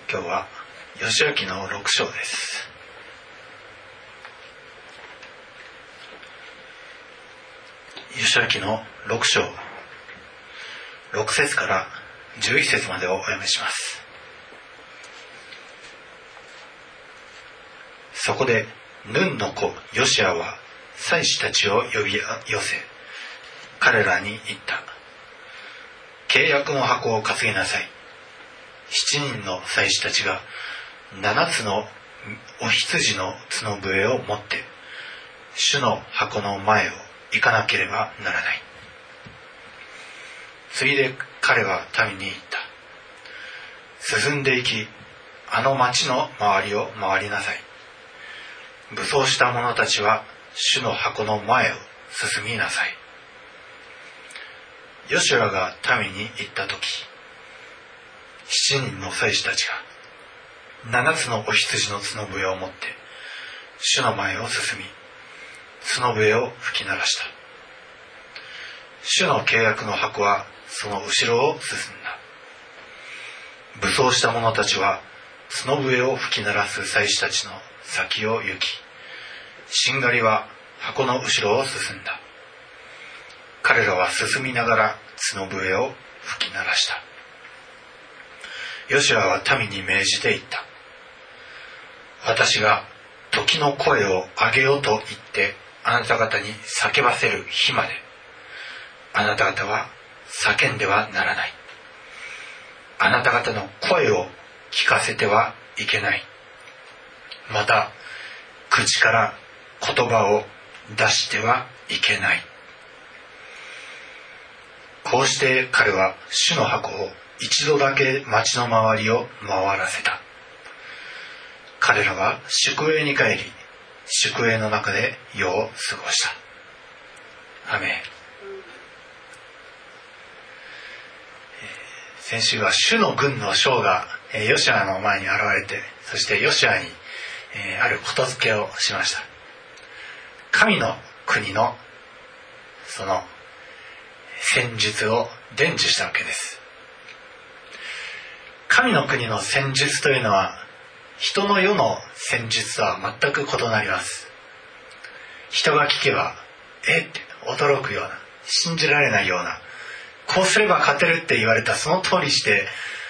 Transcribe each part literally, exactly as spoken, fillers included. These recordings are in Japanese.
今日は義明のろく章です。義明のろく章、ろく節からじゅういち節までをお読みします。そこでヌンの子ヨシアは祭司たちを呼び寄せ、彼らに言った。契約の箱を担ぎなさい。七人の祭司たちが七つのお羊の角笛を持って主の箱の前を行かなければならない。次いで彼は民に言った。進んで行き、あの町の周りを回りなさい。武装した者たちは主の箱の前を進みなさい。ヨシュアが民に言ったとき、七人の祭司たちが七つのお羊の角笛を持って主の前を進み、角笛を吹き鳴らした。主の契約の箱はその後ろを進んだ。武装した者たちは角笛を吹き鳴らす祭司たちの先を行き、しんがりは箱の後ろを進んだ。彼らは進みながら角笛を吹き鳴らした。ヨシュアは民に命じて言った。私が時の声を上げようと言ってあなた方に叫ばせる日まで、あなた方は叫んではならない。あなた方の声を聞かせてはいけない。また口から言葉を出してはいけない。こうして彼は主の箱を一度だけ町の周りを回らせた。彼らは宿営に帰り、宿営の中で夜を過ごした。アメン。先週は主の軍の将がヨシュアの前に現れて、そしてヨシュアにあることづけをしました。神の国のその戦術を伝授したわけです。神の国の戦術というのは人の世の戦術とは全く異なります。人が聞けばえって驚くような、信じられないような、こうすれば勝てるって言われたその通りして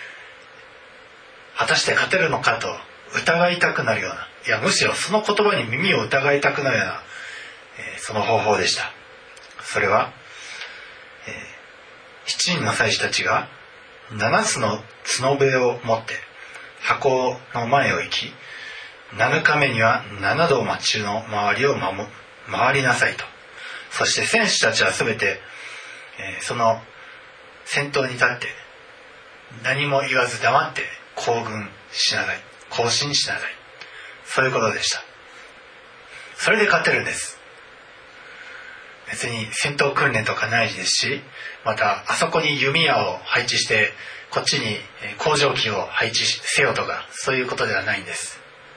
果たして勝てるのかと疑いたくなるような、いやむしろその言葉に耳を疑いたくなるような、えー、その方法でした。それは、えー、七人の祭司たちが七つの角笛を持って箱の前を行き、七日目には七度町の周りを回りなさいと。そして戦士たちはすべて、えー、その先頭に立って何も言わず黙って行軍しなさい、行進しなさい、そういうことでした。それで勝てるんです。別に戦闘訓練とかないですし、またあそこに弓矢を配置してこっちに工場機を配置せよとか、そういうことではないんです。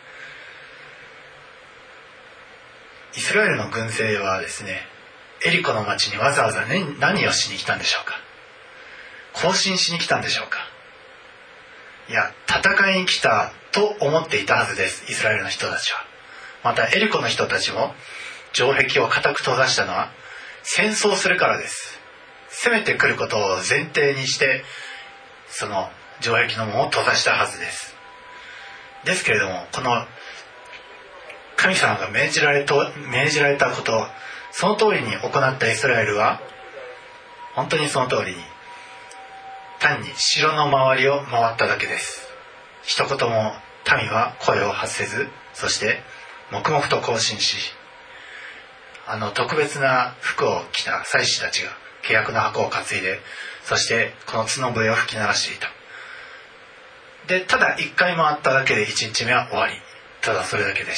イスラエルの軍勢はですね、エリコの町にわざわざ何をしに来たんでしょうか。行進しに来たんでしょうか。いや、戦いに来たと思っていたはずです、イスラエルの人たちは。またエリコの人たちも城壁を固く閉ざしたのは戦争するからです。攻めてくることを前提にしてその城壁の門を閉ざしたはずです。ですけれども、この神様が命じられと命じられたこと、その通りに行ったイスラエルは本当にその通りに単に城の周りを回っただけです。一言も民は声を発せず、そして黙々と行進し、あの特別な服を着た祭司たちが契約の箱を担いで、そしてこの角笛を吹き鳴らしていた。で、ただ一回回っただけで一日目は終わり。ただそれだけでした。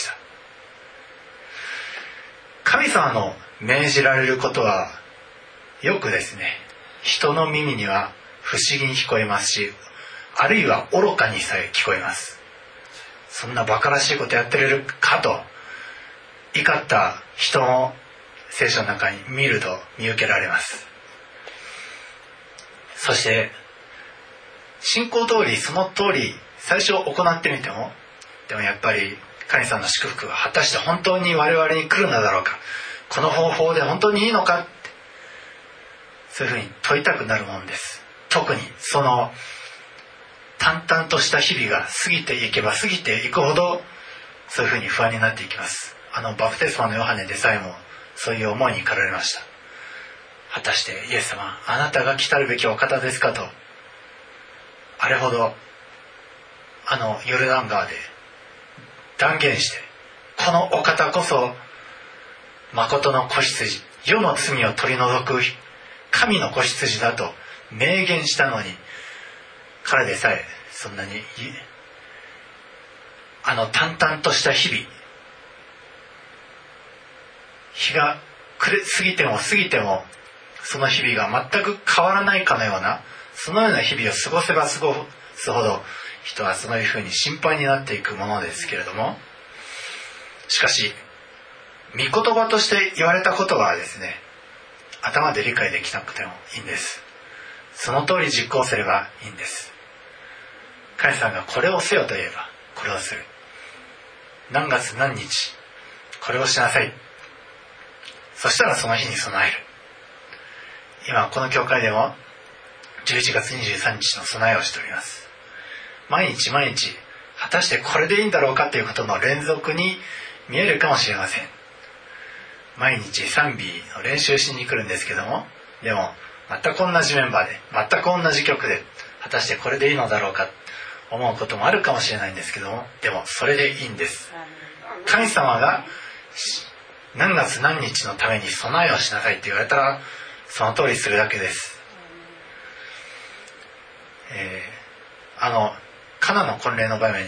神様の命じられることはよくですね、人の耳には不思議に聞こえますし、あるいは愚かにさえ聞こえます。そんな馬鹿らしいことやってれるかと怒った人も聖書の中に見ると見受けられます。そして信仰通りその通り最初行ってみても、でもやっぱり神様の祝福が果たして本当に我々に来るのだろうか、この方法で本当にいいのかって、そういうふうに問いたくなるものです。特にその淡々とした日々が過ぎていけば過ぎていくほど、そういうふうに不安になっていきます。あのバプテスマのヨハネでさえもそういう思いに駆られました。果たしてイエス様、あなたが来たるべきお方ですかと、あれほどあのヨルダン川で断言して、このお方こそ誠の子羊、世の罪を取り除く神の子羊だと明言したのに、彼でさえそんなにあの淡々とした日々、日が過ぎても過ぎてもその日々が全く変わらないかのような、そのような日々を過ごせば過ごすほど人はそういうふうに心配になっていくものですけれども、しかし御言葉として言われたことはですね、頭で理解できなくてもいいんです。その通り実行すればいいんです。神様がこれをせよと言えばこれをする。何月何日これをしなさい。そしたらその日に備える。今この教会でもじゅういちがつにじゅうさんにちの備えをしております。毎日毎日果たしてこれでいいんだろうかということの連続に見えるかもしれません。毎日賛美の練習しに来るんですけども、でも全く同じメンバーで全く同じ曲で果たしてこれでいいのだろうかと思うこともあるかもしれないんですけども、でもそれでいいんです。神様が何月何日のために備えをしなさいって言われたらその通りするだけです。えー、あのカナの婚礼の場面におい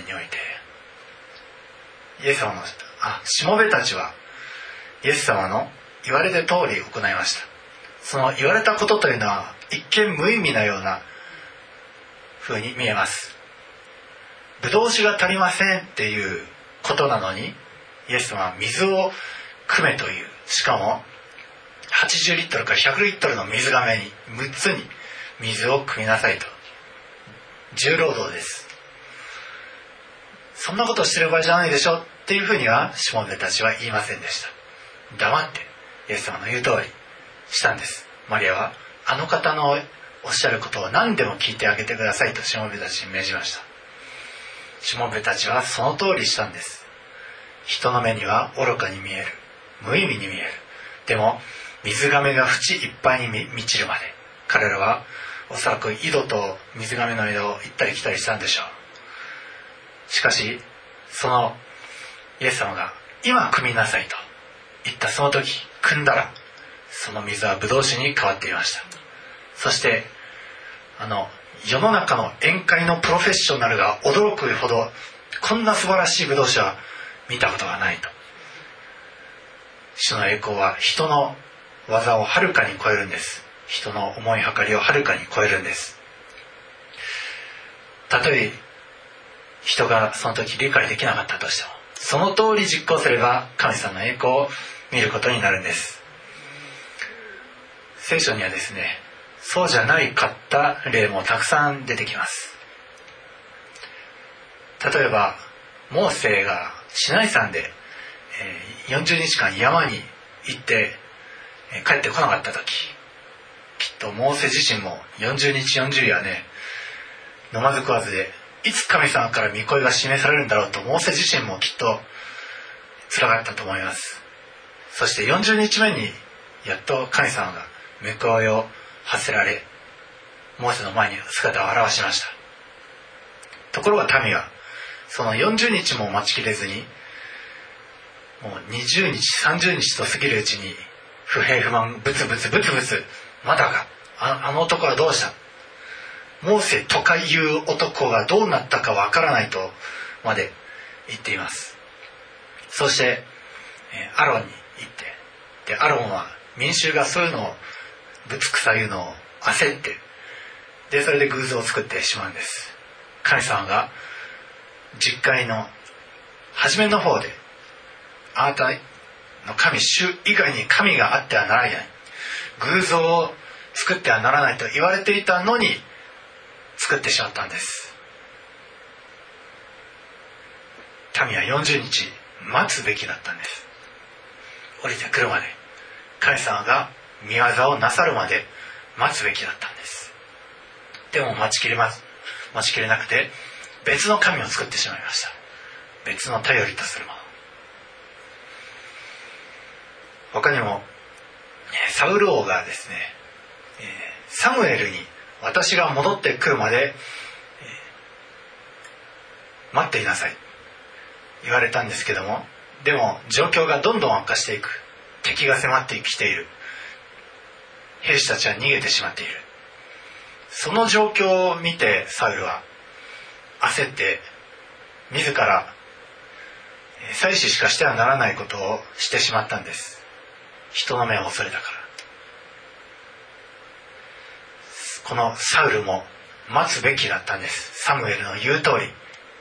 てイエス様のあしもべたちはイエス様の言われた通り行いました。その言われたことというのは一見無意味なような風に見えます。ブドウ酒が足りませんっていうことなのに、イエス様は水を汲めという、しかもはちじゅうリットルからひゃくリットルの水がめにむっつに水を汲みなさいと、重労働です。そんなことをしてる場合じゃないでしょっていうふうにはしもべたちは言いませんでした。黙ってイエス様の言う通りしたんです。マリアはあの方のおっしゃることを何でも聞いてあげてくださいとしもべたちに命じました。しもべたちはその通りしたんです。人の目には愚かに見える、無意味に見える。でも水がめが縁いっぱいに満ちるまで、彼らはおそらく井戸と水がめの間を行ったり来たりしたんでしょう。しかしそのイエス様が今汲みなさいと言ったその時、汲んだらその水はブドウ酒に変わっていました。そしてあの世の中の宴会のプロフェッショナルが驚くほど、こんな素晴らしいブドウ酒は見たことがないと。主の栄光は人の技をはるかに超えるんです。人の思いはかりをはるかに超えるんです。たとえ人がその時理解できなかったとしても、その通り実行すれば神様の栄光を見ることになるんです。聖書にはですね、そうじゃないかった例もたくさん出てきます。例えばモーセがシナイ山でよんじゅうにちかん山に行って帰ってこなかった時、きっとモーセ自身もよんじゅうにちよんじゅう夜ね、飲まず食わずでいつ神様から御声が示されるんだろうと、モーセ自身もきっと辛かったと思います。そしてよんじゅうにちめにやっと神様が御声を発せられ、モーセの前に姿を現しました。ところが民はそのよんじゅうにちも待ちきれずに、もうにじゅうにちさんじゅうにちと過ぎるうちに不平不満ブツブツブツブツ、まだか あ, あの男はどうした、モーセとかいう男がどうなったかわからないとまで言っています。そしてアロンに行って、でアロンは民衆がそういうのをぶつくさいうのを焦って、でそれで偶像を作ってしまうんです。神様が実会の初めの方で、あなたの神主以外に神があってはならない、偶像を作ってはならないと言われていたのに作ってしまったんです。 民はよんじゅうにち待つべきだったんです。降りてくるまで、神様が御業をなさるまで待つべきだったんです。でも待ちきれま待ちきれなくて、別の神を作ってしまいました。別の頼りとするもの。他にもサウル王がですね、サムエルに私が戻ってくるまで待っていなさい言われたんですけども、でも状況がどんどん悪化していく。敵が迫ってきている。兵士たちは逃げてしまっている。その状況を見てサウルは焦って自ら祭司しかしてはならないことをしてしまったんです。人の目を恐れたから。このサウルも待つべきだったんです。サムエルの言う通り、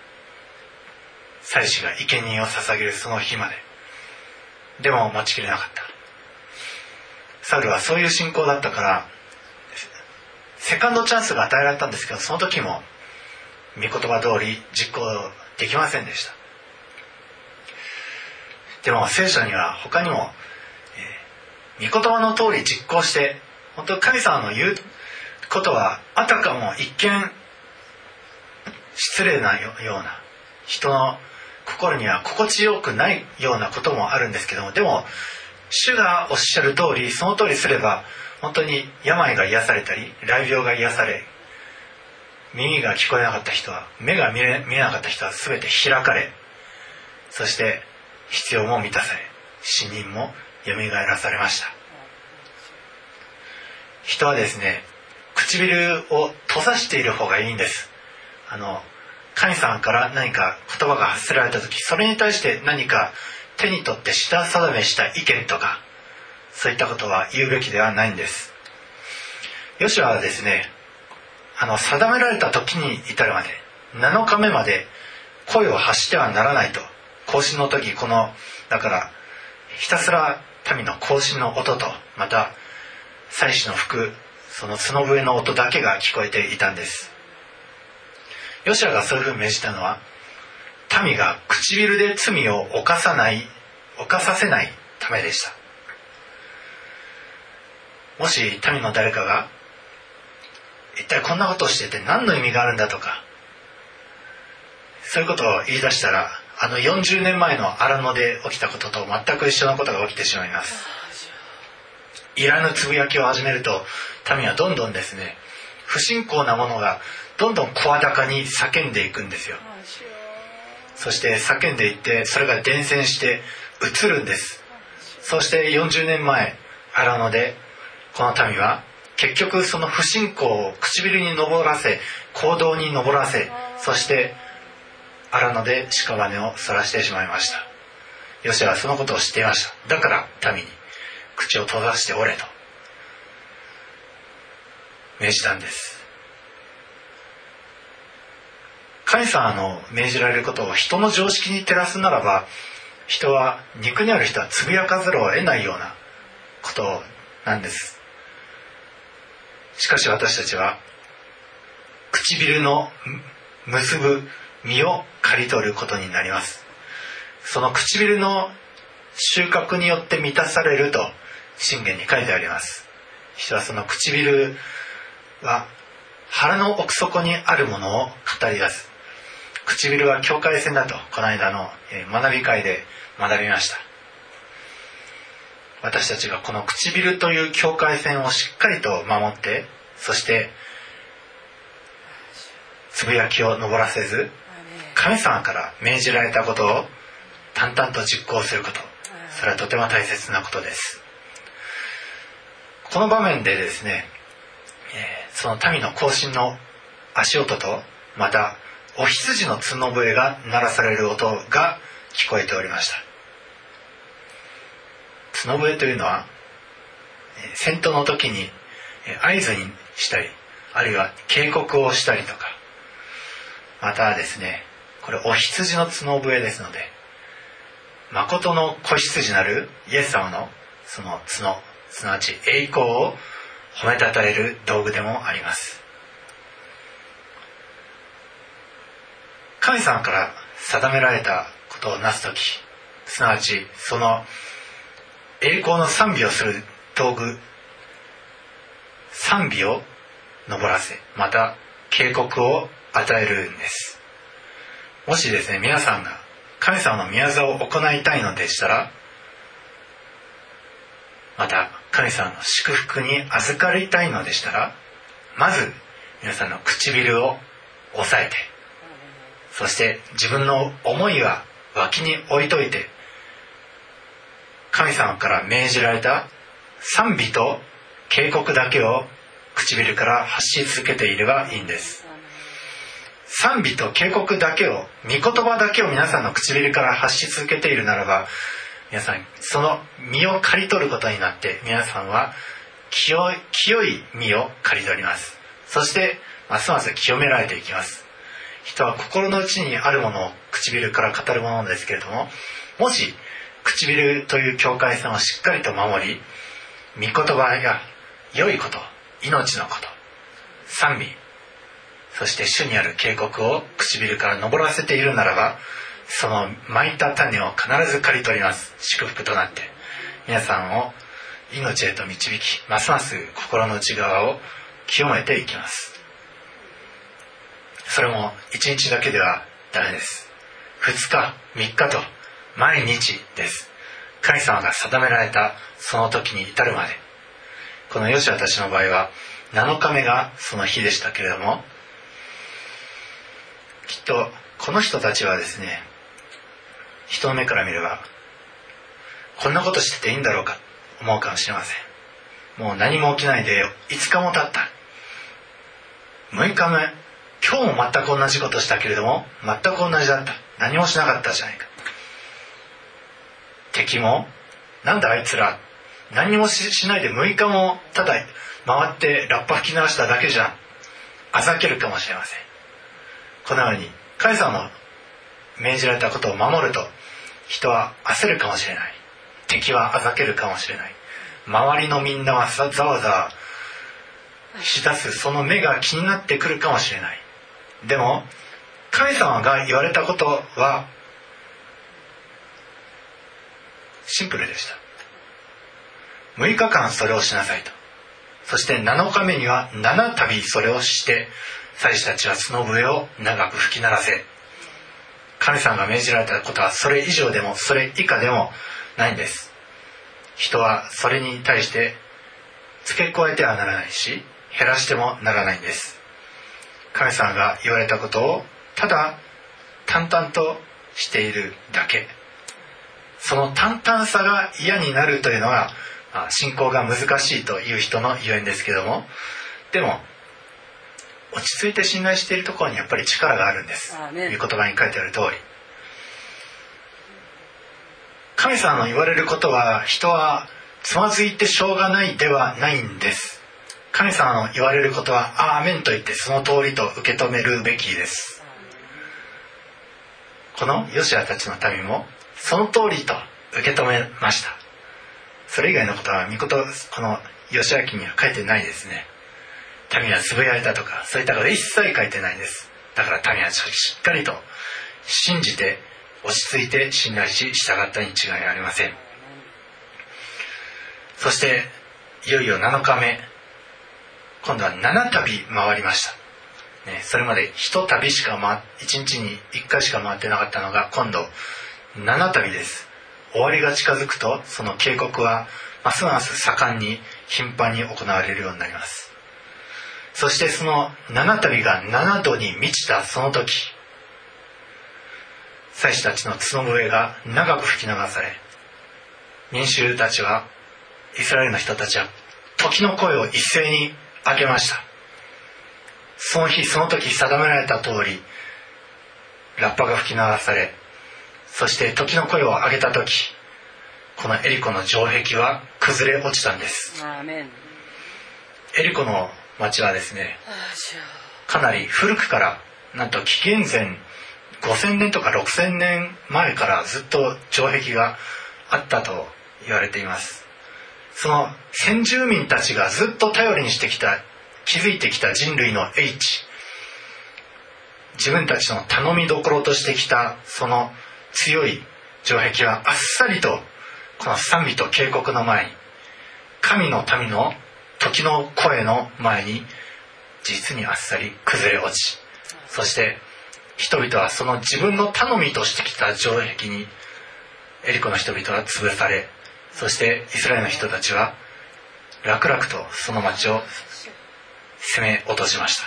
祭司が生贄を捧げるその日まで。でも待ちきれなかった。サウルはそういう信仰だったからセカンドチャンスが与えられたんですけど、その時も御言葉通り実行できませんでした。でも聖書には他にも、えー、御言葉の通り実行して、本当に神様の言うことはあたかも一見失礼なような、人の心には心地よくないようなこともあるんですけども、でも主がおっしゃる通り、その通りすれば本当に病が癒されたり、雷病が癒され、耳が聞こえなかった人は、目が見え、見えなかった人は全て開かれ、そして必要も満たされ、死人も蘇らされました。人はですね、唇を閉ざしている方がいいんです。あの神様から何か言葉が発せられた時、それに対して何か手に取って下定めした意見とか、そういったことは言うべきではないんです。ヨシュアはですね、あの定められた時に至るまでなのかめまで声を発してはならないと。行進の時、このだからひたすら民の行進の音と、また祭司の吹くその角笛の音だけが聞こえていたんです。ヨシュアがそういうふうに命じたのは、民が唇で罪を犯さない犯させないためでした。もし民の誰かが一体こんなことをしてて何の意味があるんだとか、そういうことを言い出したら、あのよんじゅうねんまえの荒野で起きたことと全く一緒のことが起きてしまいます。いらぬつぶやきを始めると、民はどんどんですね、不信仰なものがどんどん声高に叫んでいくんですよ。そして叫んでいって、それが伝染して移るんです。そしてよんじゅうねんまえ荒野でこの民は結局その不信仰を唇に上らせ、行動に上らせ、そして荒野で屍を晒してしまいました。ヨシュアはそのことを知っていました。だから民に口を閉ざしておれと命じたんです。神様の命じられることを人の常識に照らすならば、人は肉にある人はつぶやかざるを得ないようなことなんです。しかし私たちは唇の結ぶ実を刈り取ることになります。その唇の収穫によって満たされると箴言に書いてあります。人はその唇は腹の奥底にあるものを語り出す。唇は境界線だと、この間の学び会で学びました。私たちがこの唇という境界線をしっかりと守って、そしてつぶやきを登らせず、神様から命じられたことを淡々と実行すること、それはとても大切なことです。この場面でですね、その民の行進の足音と、またお羊の角笛が鳴らされる音が聞こえておりました。角笛というのは戦闘の時に合図にしたり、あるいは警告をしたりとか、またですね、これお羊の角笛ですので、誠の子羊なるイエス様のその角、すなわち栄光を褒めたたえる道具でもあります。神様から定められたことをなすとき、すなわちその栄光の賛美をする道具、賛美を昇らせ、また警告を与えるんです。もしですね、皆さんが神様の御業を行いたいのでしたら、また神様の祝福に預かりたいのでしたら、まず皆さんの唇を押さえて、そして自分の思いは脇に置いといて、神様から命じられた賛美と警告だけを唇から発し続けていればいいんです。賛美と警告だけを、御言葉だけを皆さんの唇から発し続けているならば、皆さんその身を刈り取ることになって、皆さんは清い、清い身を刈り取ります。そしてますます清められていきます。人は心の内にあるものを唇から語るものですけれども、もし唇という境界線をしっかりと守り、御言葉や良いこと、命のこと、賛美、そして主にある警告を唇から昇らせているならば、その蒔いた種を必ず刈り取ります。祝福となって皆さんを命へと導き、ますます心の内側を清めていきます。それも一日だけではダメです。二日、三日と毎日です。神様が定められたその時に至るまで。このヨシュアたちの場合はなのかめがその日でしたけれども、きっとこの人たちはですね、人の目から見ればこんなことしてていいんだろうか思うかもしれません。もう何も起きないでいつかも経った、むいかめ、今日も全く同じことしたけれども全く同じだった、何もしなかったじゃないか。敵もなんだあいつら何も し, しないでむいかもただ回ってラッパ吹き鳴らしただけじゃん、あざけるかもしれません。このように神様の命じられたことを守ると、人は焦るかもしれない、敵はあざけるかもしれない、周りのみんなはざわざわしだすその目が気になってくるかもしれない。でも神様が言われたことはシンプルでした。むいかかんそれをしなさいと。そしてなのかめにはななたびそれをして、祭司たちは角笛を長く吹き鳴らせ。神様が命じられたことはそれ以上でもそれ以下でもないんです。人はそれに対して付け加えてはならないし、減らしてもならないんです。神様が言われたことをただ淡々としているだけ。その淡々さが嫌になるというのは、信仰が難しいという人のゆえんですけども、でも落ち着いて信頼しているところにやっぱり力があるんです。いう言葉に書いてある通り、神様の言われることは人はつまずいてしょうがないではないんです。神様の言われることはアーメンと言ってその通りと受け止めるべきです。このヨシュアたちの民もその通りと受け止めました。それ以外のことは御事このヨシュア記には書いてないですね。民はつぶやいたとかそういったこと一切書いてないんです。だから民はしっかりと信じて落ち着いて信頼し従ったに違いありません。そしていよいよなのかめ、今度はななたび回りました、ね、それまでひとたびしか回いちにちにいっかいしか回ってなかったのが今度ななたびです。終わりが近づくとその警告はますます盛んに頻繁に行われるようになります。そしてそのななたびがななどに満ちたその時、祭司たちの角笛が長く吹き流され、民衆たちはイスラエルの人たちは時の声を一斉に上げました。その日その時定められた通りラッパが吹き流され、そして時の声を上げた時、このエリコの城壁は崩れ落ちたんです。アーメン。エリコの町はですね、かなり古くから、なんと紀元前ごせんねんとかろくせんねんまえからずっと城壁があったと言われています。その先住民たちがずっと頼りにしてきた、築いてきた人類の英知、自分たちの頼みどころとしてきたその強い城壁はあっさりとこの賛美と警告の前に、神の民の時の声の前に実にあっさり崩れ落ち、そして人々はその自分の頼みとしてきた城壁にエリコの人々は潰され、そしてイスラエルの人たちは楽々とその町を攻め落としました。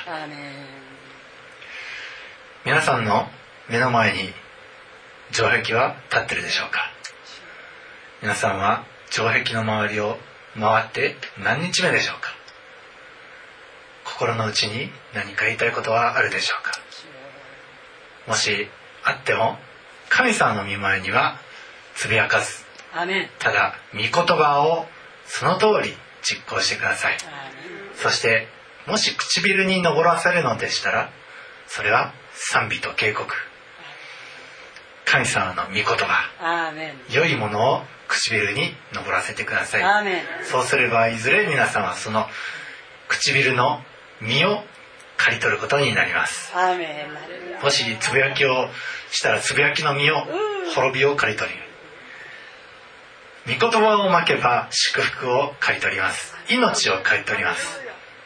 皆さんの目の前に城壁は立ってるでしょうか。皆さんは城壁の周りを回って何日目でしょうか。心の内に何か言いたいことはあるでしょうか。もしあっても神様の御前にはつぶやかず、ただ御言葉をその通り実行してください。そしてもし唇に上らせるのでしたら、それは賛美と警告、神様の御言葉、良いものを唇に上らせてください。そうすればいずれ皆さんはその唇の実を刈り取ることになります。もしつぶやきをしたらつぶやきの実を滅びを刈り取り、御言葉をまけば祝福を刈り取ります。命を刈り取ります。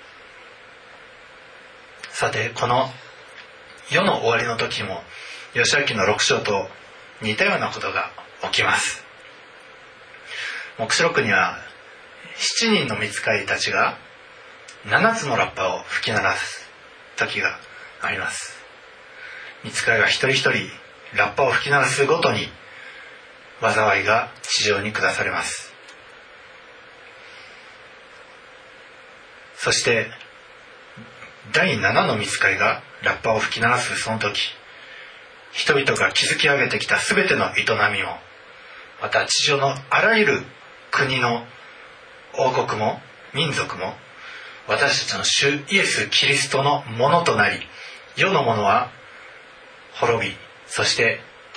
さて、この世の終わりの時も義明のろく章と似たようなことが起きます。黙示録にはしちにんの御使いたちがななつのラッパを吹き鳴らす時があります。御使いが一人一人ラッパを吹き鳴らすごとに災いが地上に下されます。そしてだいななの御使いがラッパを吹き鳴らすその時、人々が築き上げてきたすべての営みも、また地上のあらゆる国の王国も民族も私たちの主イエス・キリストのものとなり、世のものは滅び、そして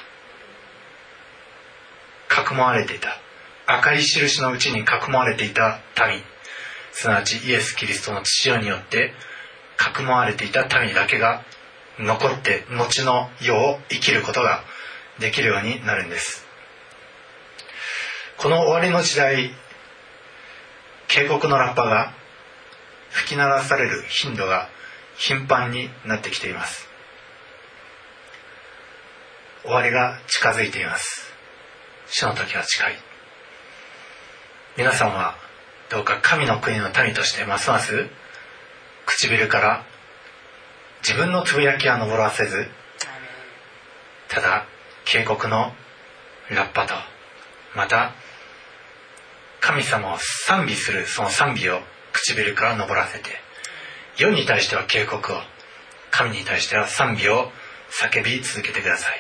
かくまわれていた赤い印のうちにかくまわれていた民、すなわちイエス・キリストの血潮によってかくまわれていた民だけが残って後の世を生きることができるようになるんです。この終わりの時代、警告のラッパが吹き鳴らされる頻度が頻繁になってきています。終わりが近づいています。主の時は近い。皆さんはどうか神の国の民としてますます唇から自分のつぶやきは上らせず、ただ警告のラッパと、また神様を賛美するその賛美を唇から上らせて、世に対しては警告を、神に対しては賛美を叫び続けてください。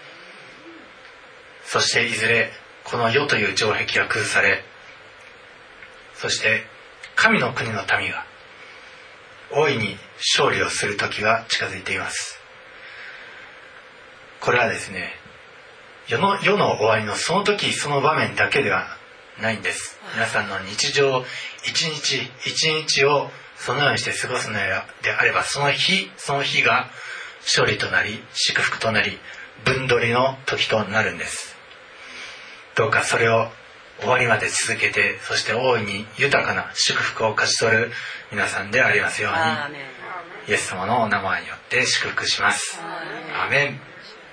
そしていずれこの世という城壁が崩され、そして神の国の民が大いに勝利をする時が近づいています。これはですね、世の、世の終わりのその時その場面だけではないんです。皆さんの日常一日一日をそのようにして過ごすのであれば、その日その日が勝利となり祝福となり分取りの時となるんです。どうかそれを終わりまで続けて、そして大いに豊かな祝福を勝ち取る皆さんでありますように、イエス様のお名前によって祝福します。アーメン。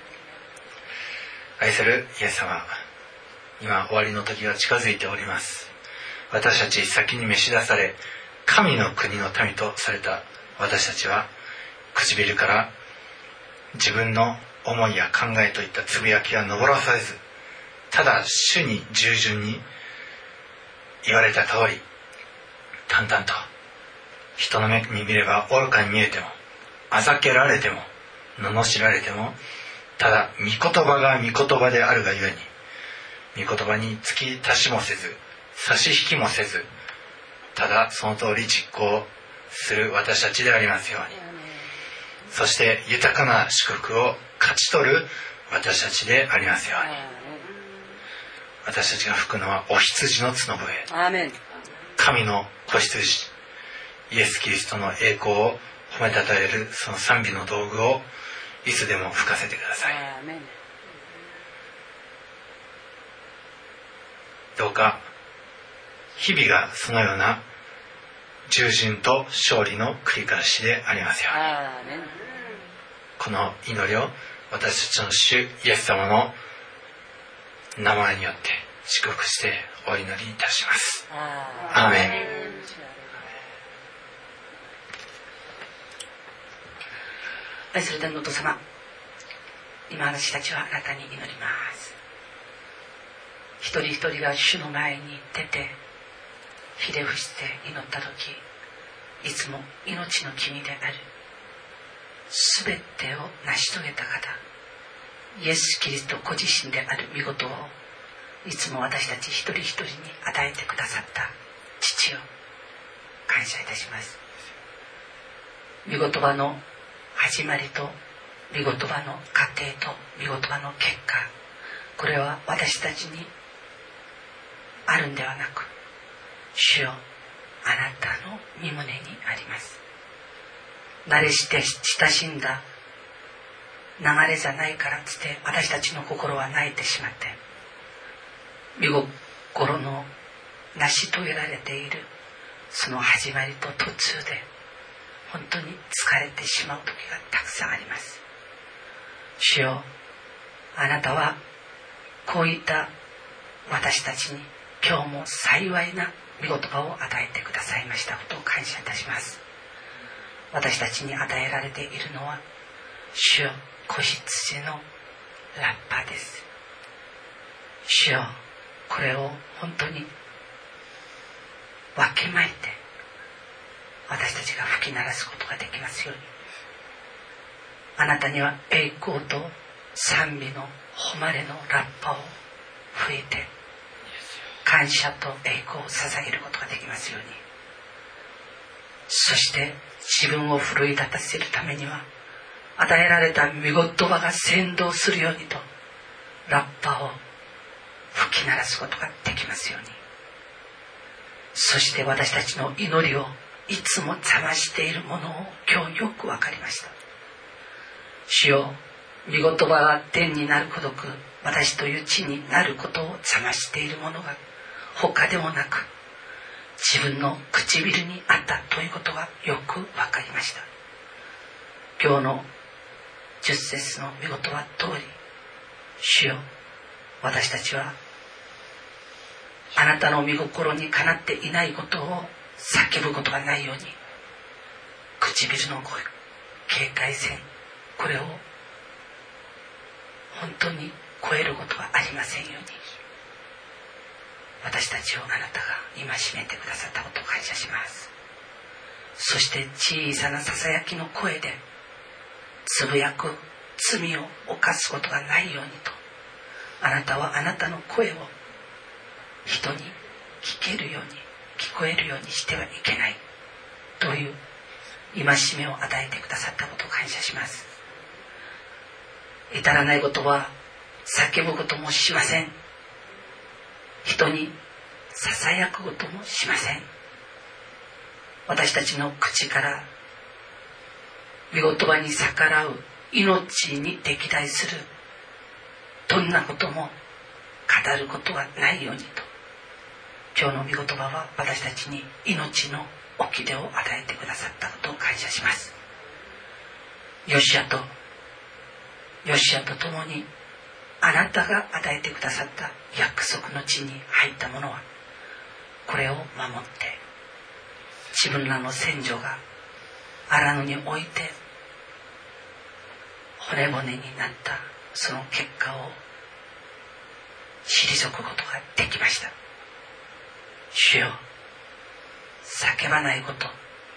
愛するイエス様、今終わりの時が近づいております。私たち先に召し出され神の国の民とされた私たちは、唇から自分の思いや考えといったつぶやきは上らされず、ただ主に従順に言われた通り淡々と、人の目に見れば愚かに見えても、あざけられても、罵られても、ただ御言葉が御言葉であるがゆえに、御言葉に突き足しもせず差し引きもせず、ただその通り実行する私たちでありますように、そして豊かな祝福を勝ち取る私たちでありますように。私たちが吹くのはお羊の角笛、神の子羊イエス・キリストの栄光を褒めたたえるその賛美の道具をいつでも吹かせてください。 どうか日々がそのような従順と勝利の繰り返しでありますように、この祈りを私たちの主イエス様の名前によって祝福してお祈りいたします。アーメン。 愛する天のお父様、今私たちはあなたに祈ります。一人一人が主の前に出てひれ伏して祈った時、いつも命の君であるすべてを成し遂げた方、イエス・キリストご自身である御事をいつも私たち一人一人に与えてくださった父を感謝いたします。御言葉の始まりと御言葉の過程と御言葉の結果、これは私たちにあるんではなく、主よ、あなたの御胸にあります。慣れして親しんだ流れじゃないからつって私たちの心は泣いてしまって、御心の成し遂げられているその始まりと途中で本当に疲れてしまう時がたくさんあります。主よ、あなたはこういった私たちに今日も幸いな御言葉を与えてくださいましたことを感謝いたします。私たちに与えられているのは主よ、子羊のラッパです。主よ、これを本当に分けまいて私たちが吹き鳴らすことができますように、あなたには栄光と賛美の誉れのラッパを吹いて感謝と栄光を捧げることができますように、そして自分を奮い立たせるためには与えられた御言葉が先導するようにとラッパを吹き鳴らすことができますように、そして私たちの祈りをいつも覚ましているものを今日よく分かりました。主よ、御言葉は天になるごとく私という地になることを覚ましているものが他でもなく自分の唇にあったということがよく分かりました。今日のじゅっ節の御言葉通り、主よ、私たちはあなたの御心にかなっていないことを叫ぶことがないように、唇の声、警戒線、これを本当に超えることはありませんように、私たちをあなたが戒めてくださったことを感謝します。そして小さなささやきの声でつぶやく罪を犯すことがないようにと、あなたはあなたの声を人に聞けるように、聞こえるようにしてはいけないという戒めを与えてくださったことを感謝します。至らないことは叫ぶこともしません。人にささやくこともしません。私たちの口から御言葉に逆らう、命に敵対するどんなことも語ることはないようにと、今日の御言葉は私たちに命の掟を与えてくださったことを感謝します。ヨシアとヨシアと共にあなたが与えてくださった約束の地に入った者はこれを守って、自分らの先祖が荒野において骨骨になったその結果を退くことができました。主よ、叫ばないこと、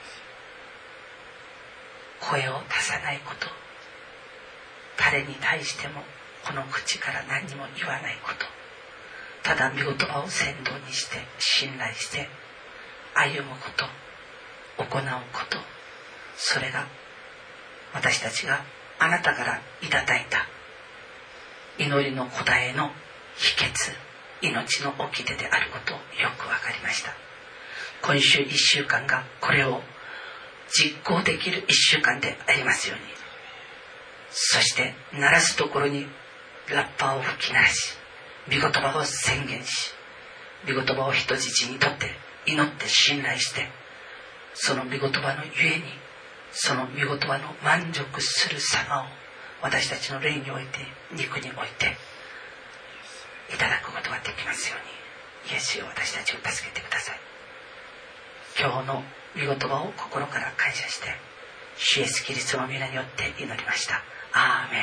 声を出さないこと、誰に対してもこの口から何にも言わないこと、ただ御言葉を先導にして信頼して歩むこと、行うこと、それが私たちがあなたからいただいた祈りの答えの秘訣、命の掟であることをよく分かりました。今週いっしゅうかんがこれを実行できるいっしゅうかんでありますように、そして鳴らすところにラッパを吹き鳴らし、御言葉を宣言し、 御言葉を人質にとって祈って信頼して、その御言葉のゆえにその御言葉の満足する様を私たちの霊において肉においていただくことができますように、イエスよ私たちを助けてください。今日の御言葉を心から感謝して主イエスキリストの皆によって祈りました。アーメ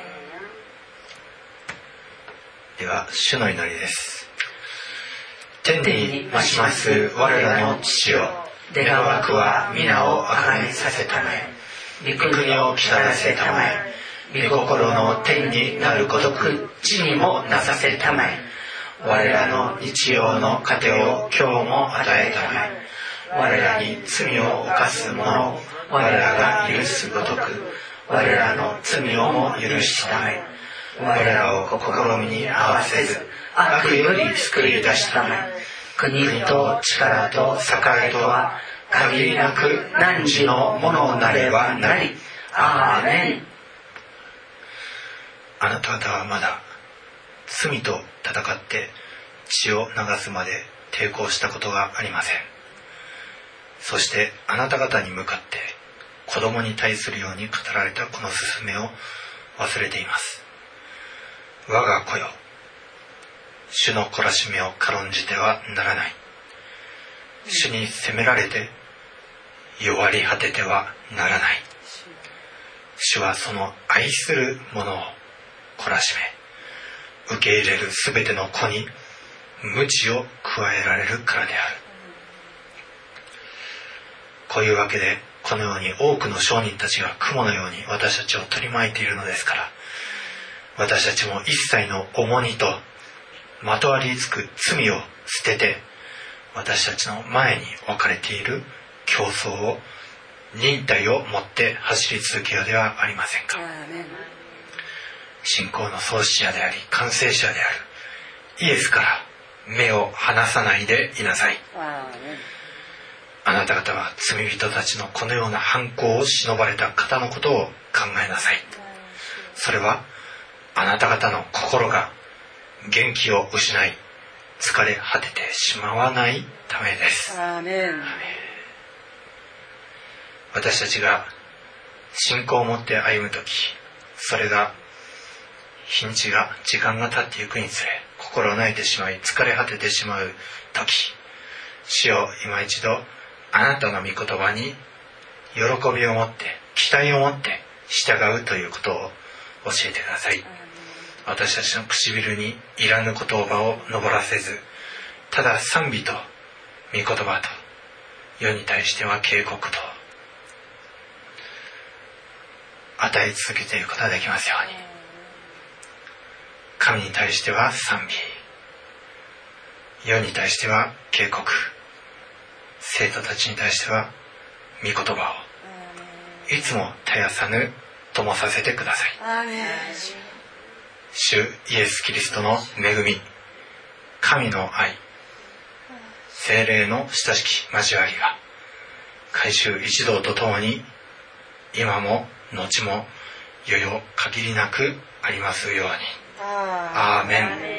ン。では主の祈りです。天に増します我らの父よ、願わくは皆をあがめさせたまえ、御国を来たらせたまえ、御心の天になるごとく地にもなさせたまえ、我らの日曜の糧を今日も与えたまえ、我らに罪を犯す者を我らが許すごとく我らの罪をも許したまえ、我らを試みに合わせず悪より救い出したまえ、国と力と栄とは限りなく汝のものなればなり。アーメン。あなた方はまだ罪と戦って血を流すまで抵抗したことがありません。そしてあなた方に向かって子供に対するように語られたこの勧めを忘れています。我が子よ、主の懲らしめを軽んじてはならない。主に責められて弱り果ててはならない。主はその愛する者を懲らしめ、受け入れるすべての子に鞭を加えられるからである。こういうわけでこのように多くの商人たちが雲のように私たちを取り巻いているのですから、私たちも一切の重荷とまとわりつく罪を捨てて、私たちの前に置かれている競争を忍耐を持って走り続けようではありませんか。信仰の創始者であり完成者であるイエスから目を離さないでいなさい。あなた方は罪人たちのこのような犯行を忍ばれた方のことを考えなさい。それはあなた方の心が元気を失い疲れ果ててしまわないためです。アーメン。私たちが信仰を持って歩むとき、それが日にちが時間が経っていくにつれ心を萎えてしまい疲れ果ててしまうとき、主よ今一度あなたの御言葉に喜びを持って期待を持って従うということを教えてください。私たちの唇にいらぬ言葉を上らせず、ただ賛美と御言葉と世に対しては警告と与え続けていくことができますように。神に対しては賛美、世に対しては警告、生徒たちに対しては御言葉をいつも絶やさぬ灯させてください。アーメン。主イエスキリストの恵み、神の愛、聖霊の親しき交わりが改宗一同とともに今も後も世々限りなくありますように。アーメン。